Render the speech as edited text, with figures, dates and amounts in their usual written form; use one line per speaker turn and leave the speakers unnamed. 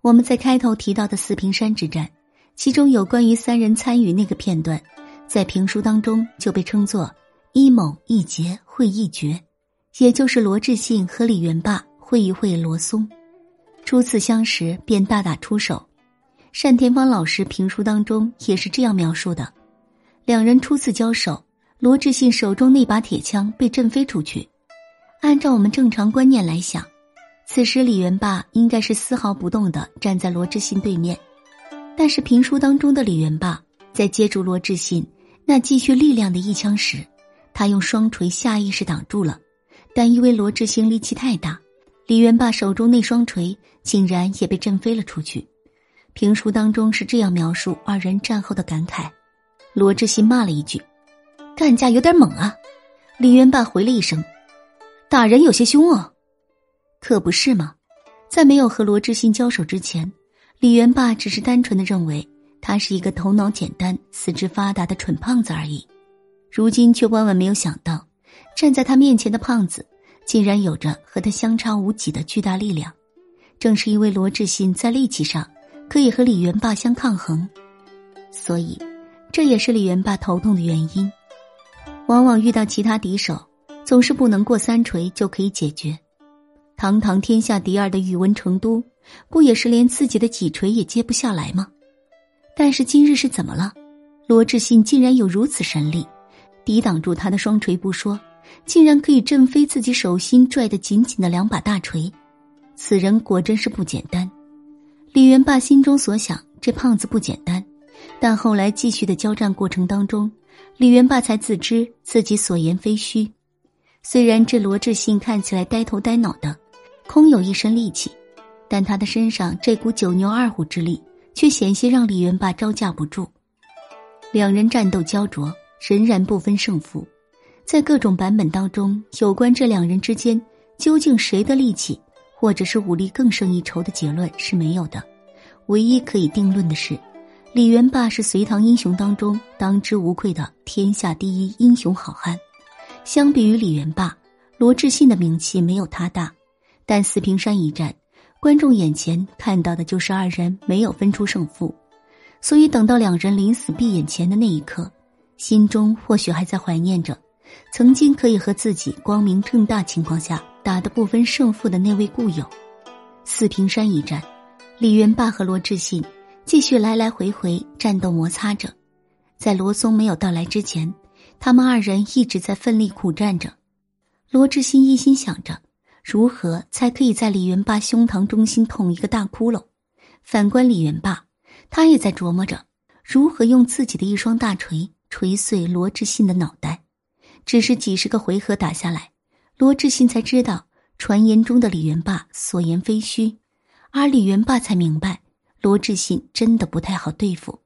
我们在开头提到的四平山之战，其中有关于三人参与那个片段，在评书当中就被称作一猛一捷会一绝，也就是罗志信和李元霸会一会罗松，初次相识便大打出手。单田芳老师评书当中也是这样描述的：两人初次交手，罗志信手中那把铁枪被震飞出去。按照我们正常观念来想，此时李元霸应该是丝毫不动地站在罗志信对面，但是评书当中的李元霸在接住罗志信那积蓄力量的一枪时，他用双锤下意识挡住了，但因为罗志信力气太大，李元霸手中那双锤竟然也被震飞了出去。评书当中是这样描述二人战后的感慨：罗志信骂了一句：干架有点猛啊。李元霸回了一声：打人有些凶哦。可不是嘛，在没有和罗志信交手之前，李元霸只是单纯的认为他是一个头脑简单四肢发达的蠢胖子而已，如今却万万没有想到，站在他面前的胖子竟然有着和他相差无几的巨大力量。正是因为罗志信在力气上可以和李元霸相抗衡，所以这也是李元霸头痛的原因。往往遇到其他敌手，总是不能过三锤就可以解决。堂堂天下第二的宇文成都，不也是连自己的几锤也接不下来吗？但是今日是怎么了？罗志信竟然有如此神力，抵挡住他的双锤不说，竟然可以震飞自己手心拽得紧紧的两把大锤。此人果真是不简单。李元霸心中所想，这胖子不简单，但后来继续的交战过程当中，李元霸才自知自己所言非虚。虽然这罗志信看起来呆头呆脑的，空有一身力气，但他的身上这股九牛二虎之力却险些让李元霸招架不住。两人战斗焦灼，仍然不分胜负。在各种版本当中，有关这两人之间究竟谁的力气或者是武力更胜一筹的结论是没有的。唯一可以定论的是，李元霸是隋唐英雄当中当之无愧的天下第一英雄好汉。相比于李元霸，罗志信的名气没有他大，但四平山一战，观众眼前看到的就是二人没有分出胜负，所以等到两人临死闭眼前的那一刻，心中或许还在怀念着曾经可以和自己光明正大情况下打得不分胜负的那位故友。四平山一战，李元霸和罗志信继续来来回回战斗摩擦着。在罗松没有到来之前，他们二人一直在奋力苦战着。罗志信一心想着如何才可以在李元霸胸膛中心捅一个大窟窿，反观李元霸，他也在琢磨着如何用自己的一双大锤锤碎罗志信的脑袋。只是几十个回合打下来，罗志信才知道传言中的李元霸所言非虚，而李元霸才明白罗志信真的不太好对付。